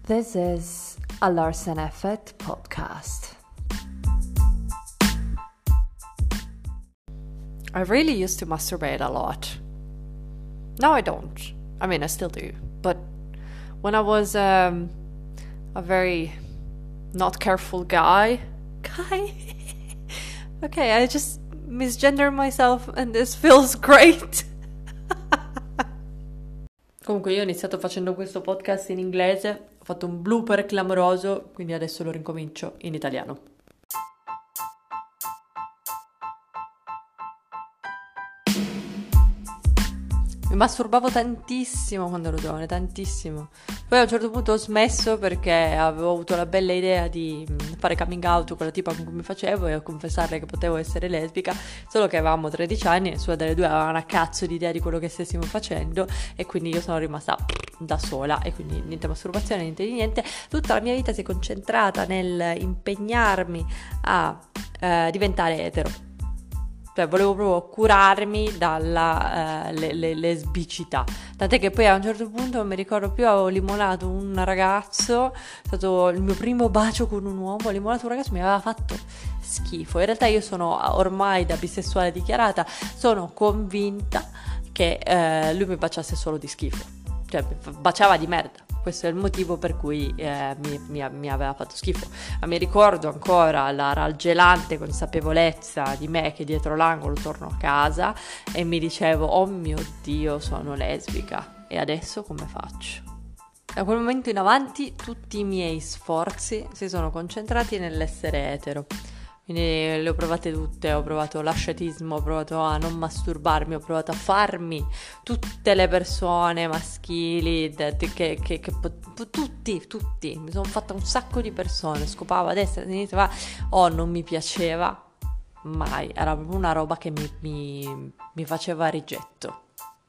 This is a Larsen Effect podcast. I really used to masturbate a lot. Now I don't. I mean, I still do. But when I was a very not careful guy? Okay, I just misgender myself and this feels great. Comunque io ho iniziato facendo questo podcast in inglese, ho fatto un blooper clamoroso, quindi adesso lo rincomincio in italiano. Mi masturbavo tantissimo quando ero giovane, tantissimo. Poi a un certo punto ho smesso perché avevo avuto la bella idea di fare coming out con la tipa con cui mi facevo e a confessarle che potevo essere lesbica, solo che avevamo 13 anni e nessuna delle due aveva una cazzo di idea di quello che stessimo facendo e quindi io sono rimasta da sola e quindi niente masturbazione, niente di niente. Tutta la mia vita si è concentrata nel impegnarmi a diventare etero. Cioè, volevo proprio curarmi dalla lesbicità. Tant'è che poi a un certo punto, non mi ricordo più, avevo limonato un ragazzo, è stato il mio primo bacio con un uomo, ho limonato un ragazzo, mi aveva fatto schifo. In realtà io sono ormai da bisessuale dichiarata, sono convinta che lui mi baciasse solo di schifo. Cioè, baciava di merda. Questo è il motivo per cui mi aveva fatto schifo. Ma mi ricordo ancora la raggelante consapevolezza di me che dietro l'angolo torno a casa e mi dicevo: oh mio Dio, sono lesbica. E adesso come faccio? Da quel momento in avanti tutti i miei sforzi si sono concentrati nell'essere etero. Quindi le ho provate tutte, ho provato l'ascetismo, ho provato a non masturbarmi, ho provato a farmi tutte le persone maschili, tutti, mi sono fatta un sacco di persone, scopavo a destra, a sinistra, non mi piaceva mai, era proprio una roba che mi faceva rigetto.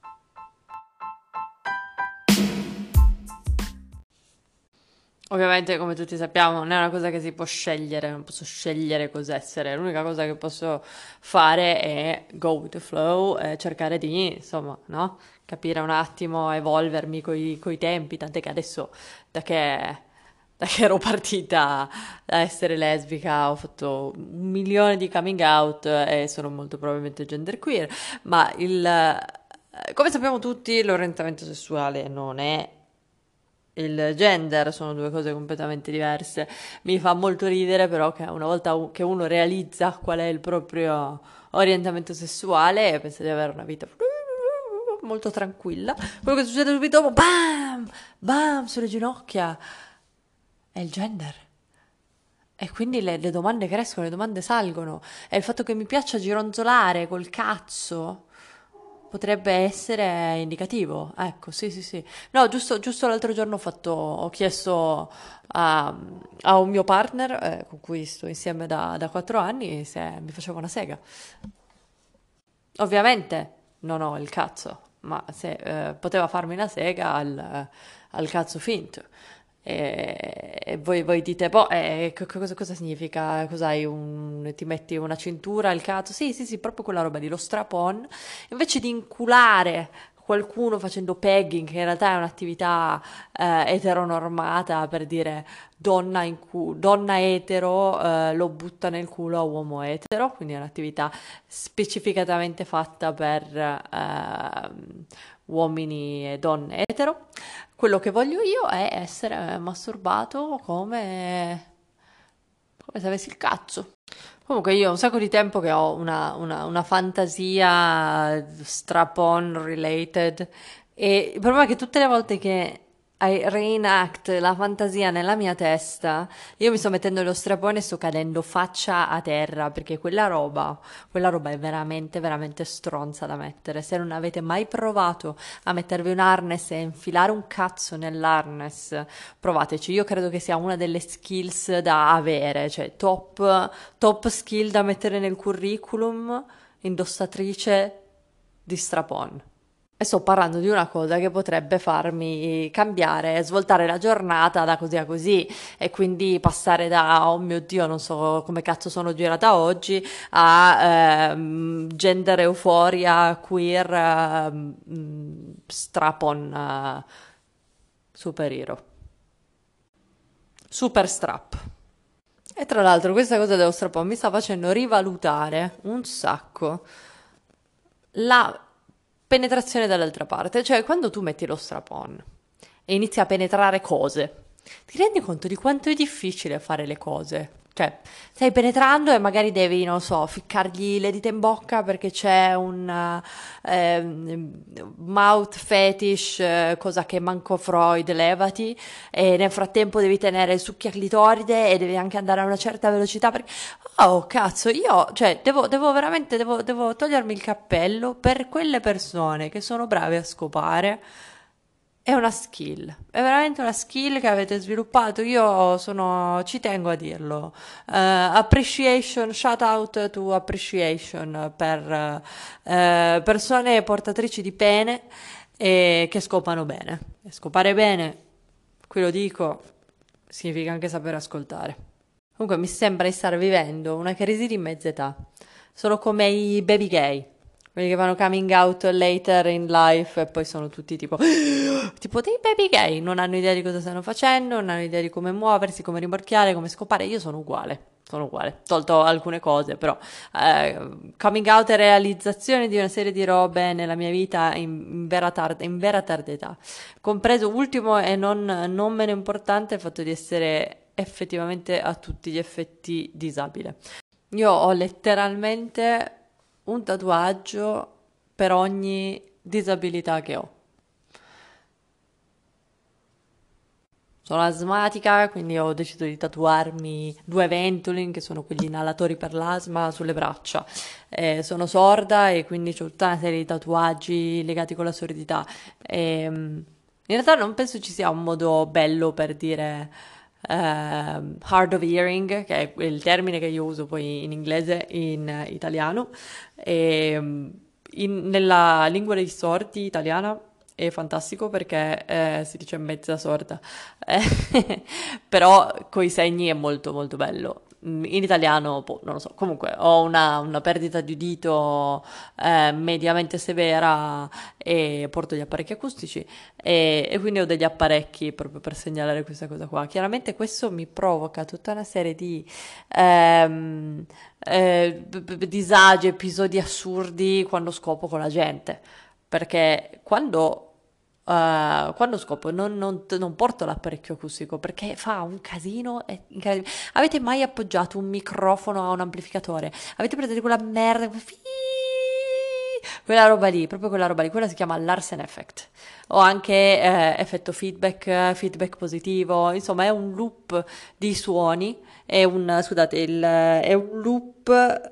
Ovviamente, come tutti sappiamo, non è una cosa che si può scegliere, non posso scegliere cos'essere, l'unica cosa che posso fare è go with the flow e cercare di, insomma, no? Capire un attimo, evolvermi coi tempi, tant'è che adesso, da che ero partita da essere lesbica, ho fatto 1 milione di coming out e sono molto probabilmente genderqueer, ma come sappiamo tutti, l'orientamento sessuale non è il gender, sono due cose completamente diverse. Mi fa molto ridere però che una volta che uno realizza qual è il proprio orientamento sessuale pensa di avere una vita molto tranquilla. Quello che succede subito dopo, bam, bam, sulle ginocchia, è il gender. E quindi le domande crescono, le domande salgono. E il fatto che mi piaccia gironzolare col cazzo potrebbe essere indicativo, ecco, sì. No, giusto l'altro giorno ho chiesto a un mio partner, con cui sto insieme da 4 anni, se mi faceva una sega. Ovviamente non ho il cazzo, ma se poteva farmi una sega al cazzo finto. E voi dite, boh, cosa significa? Cos'hai? Ti metti una cintura, il cazzo? Sì, proprio quella roba lì, lo strap-on. Invece di inculare qualcuno facendo pegging, che in realtà è un'attività eteronormata, per dire donna etero lo butta nel culo a uomo etero, quindi è un'attività specificatamente fatta per uomini e donne etero. Quello che voglio io è essere masturbato come se avessi il cazzo. Comunque io ho un sacco di tempo che ho una fantasia strap-on related e il problema è che tutte le volte che I reenact la fantasia nella mia testa, io mi sto mettendo lo strapone e sto cadendo faccia a terra perché quella roba è veramente, veramente stronza da mettere. Se non avete mai provato a mettervi un harness e infilare un cazzo nell'harness, provateci. Io credo che sia una delle skills da avere, cioè top skill da mettere nel curriculum, indossatrice di strapon. E sto parlando di una cosa che potrebbe farmi cambiare, svoltare la giornata da così a così e quindi passare da, oh mio Dio, non so come cazzo sono girata oggi, a gender euforia, queer, strap-on superhero. Super strap. E tra l'altro questa cosa dello strap on mi sta facendo rivalutare un sacco la penetrazione dall'altra parte, cioè quando tu metti lo strap-on e inizi a penetrare cose, ti rendi conto di quanto è difficile fare le cose? Cioè, stai penetrando e magari devi, non so, ficcargli le dita in bocca perché c'è un mouth fetish, cosa che manco Freud, levati, e nel frattempo devi tenere il succhio clitoride e devi anche andare a una certa velocità perché oh, cazzo, io, cioè, devo veramente, devo togliermi il cappello per quelle persone che sono brave a scopare. È una skill, è veramente una skill che avete sviluppato. Io ci tengo a dirlo. Appreciation, shout out to appreciation per persone portatrici di pene e che scopano bene. E scopare bene, qui lo dico, significa anche sapere ascoltare. Comunque mi sembra di star vivendo una crisi di mezza età. Sono come i baby gay, quelli che fanno coming out later in life e poi sono tutti tipo, tipo dei baby gay, non hanno idea di cosa stanno facendo, non hanno idea di come muoversi, come rimorchiare, come scopare. Io sono uguale, tolto alcune cose, però coming out e realizzazione di una serie di robe nella mia vita in vera tarda età, compreso ultimo e non meno importante il fatto di essere effettivamente a tutti gli effetti disabile. Io ho letteralmente un tatuaggio per ogni disabilità che ho. Sono asmatica, quindi ho deciso di tatuarmi due Ventolin, che sono quegli inalatori per l'asma, sulle braccia. Sono sorda e quindi ho tutta una serie di tatuaggi legati con la sordità. In realtà non penso ci sia un modo bello per dire hard of hearing, che è il termine che io uso poi in inglese, in italiano. Nella lingua dei sordi italiana è fantastico perché si dice mezza sorda. Però coi segni è molto molto bello. In italiano, boh, non lo so. Comunque, ho una perdita di udito mediamente severa e porto gli apparecchi acustici e quindi ho degli apparecchi proprio per segnalare questa cosa qua. Chiaramente questo mi provoca tutta una serie di disagi, episodi assurdi quando scopo con la gente. Perché quando scopo non porto l'apparecchio acustico perché fa un casino incredibile. Avete mai appoggiato un microfono a un amplificatore? Avete presente quella merda? Quella roba lì, proprio quella roba lì, quella si chiama Larsen Effect. O anche effetto feedback, feedback positivo, insomma è un loop di suoni, scusate, è un loop,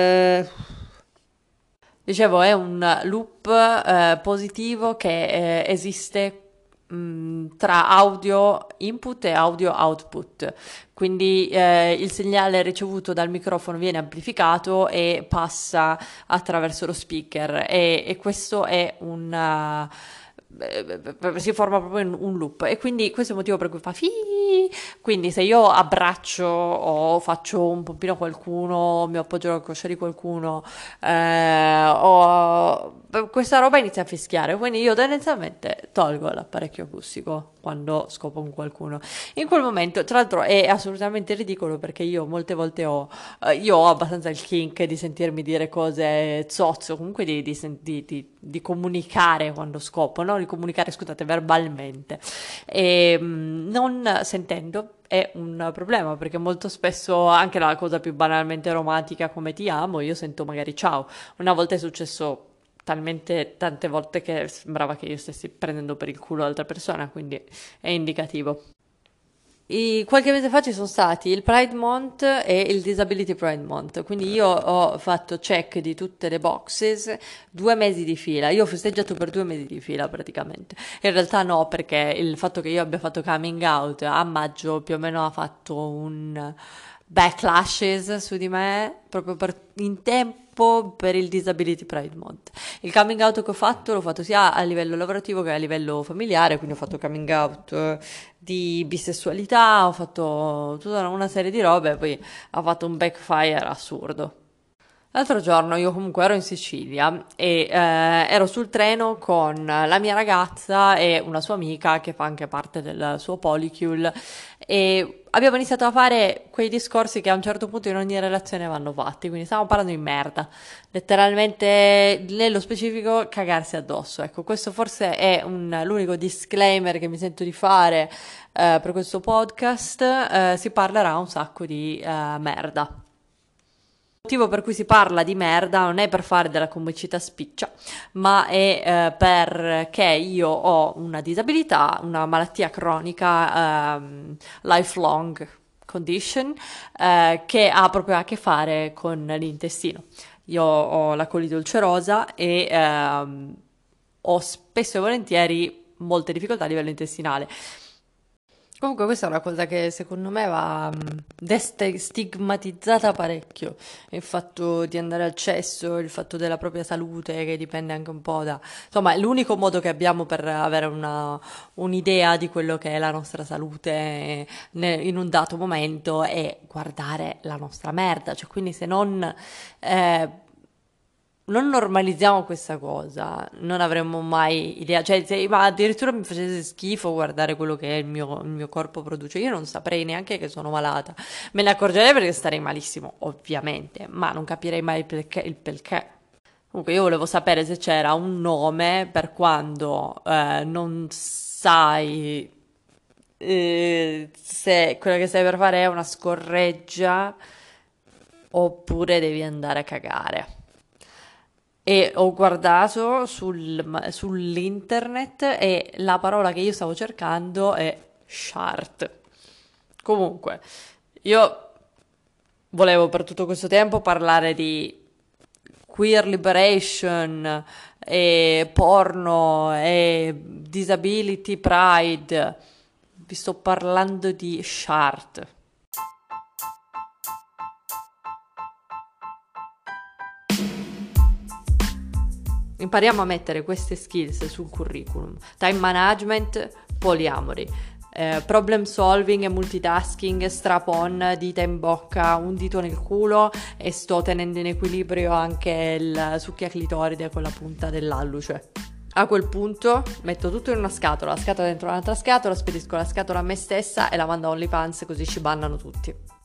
dicevo, è un loop positivo che esiste tra audio input e audio output. Quindi il segnale ricevuto dal microfono viene amplificato e passa attraverso lo speaker e questo è si forma proprio in un loop e quindi questo è il motivo per cui fa fi. Quindi se io abbraccio o faccio un pompino a qualcuno, mi appoggio alla coscia di qualcuno, questa roba inizia a fischiare, quindi io tendenzialmente tolgo l'apparecchio acustico quando scopo con qualcuno. In quel momento, tra l'altro, è assolutamente ridicolo perché io molte volte io ho abbastanza il kink di sentirmi dire cose zozzo, comunque di comunicare quando scopo, no? Di comunicare, scusate, verbalmente. E non sentendo è un problema perché molto spesso anche la cosa più banalmente romantica come ti amo, io sento magari ciao. Una volta è successo talmente tante volte che sembrava che io stessi prendendo per il culo l'altra persona, quindi è indicativo. Qualche mese fa ci sono stati il Pride Month e il Disability Pride Month, quindi io ho fatto check di tutte le boxes 2 mesi di fila. Io ho festeggiato per 2 mesi di fila praticamente. In realtà no, perché il fatto che io abbia fatto coming out a maggio più o meno ha fatto un backlashes su di me proprio in tempo per il Disability Pride Month. Il coming out che ho fatto l'ho fatto sia a livello lavorativo che a livello familiare, quindi ho fatto coming out di bisessualità, ho fatto tutta una serie di robe, poi ha fatto un backfire assurdo. L'altro giorno io comunque ero in Sicilia e ero sul treno con la mia ragazza e una sua amica che fa anche parte del suo polycule e abbiamo iniziato a fare quei discorsi che a un certo punto in ogni relazione vanno fatti, quindi stavamo parlando di merda, letteralmente nello specifico cagarsi addosso. Ecco, questo forse è l'unico disclaimer che mi sento di fare per questo podcast. Si parlerà un sacco di merda. Il motivo per cui si parla di merda non è per fare della comicità spiccia, ma è perché io ho una disabilità, una malattia cronica, lifelong condition, che ha proprio a che fare con l'intestino. Io ho la colite ulcerosa e ho spesso e volentieri molte difficoltà a livello intestinale. Comunque questa è una cosa che secondo me va destigmatizzata parecchio, il fatto di andare al cesso, il fatto della propria salute che dipende anche un po' da... Insomma, è l'unico modo che abbiamo per avere un'idea di quello che è la nostra salute in un dato momento è guardare la nostra merda, cioè quindi se eh, non normalizziamo questa cosa, non avremmo mai idea, cioè ma addirittura mi facesse schifo guardare quello che il mio corpo produce, io non saprei neanche che sono malata, me ne accorgerei perché starei malissimo, ovviamente, ma non capirei mai il perché. Comunque io volevo sapere se c'era un nome per quando non sai se quello che stai per fare è una scorreggia oppure devi andare a cagare. E ho guardato sull'internet e la parola che io stavo cercando è shart. Comunque, io volevo per tutto questo tempo parlare di queer liberation e porno e disability pride. Vi sto parlando di shart. Impariamo a mettere queste skills sul curriculum. Time management, poliamori, problem solving e multitasking, strap on, dita in bocca, un dito nel culo e sto tenendo in equilibrio anche il succhia clitoride con la punta dell'alluce. A quel punto metto tutto in una scatola, la scatola dentro un'altra scatola, spedisco la scatola a me stessa e la mando a OnlyFans così ci bannano tutti.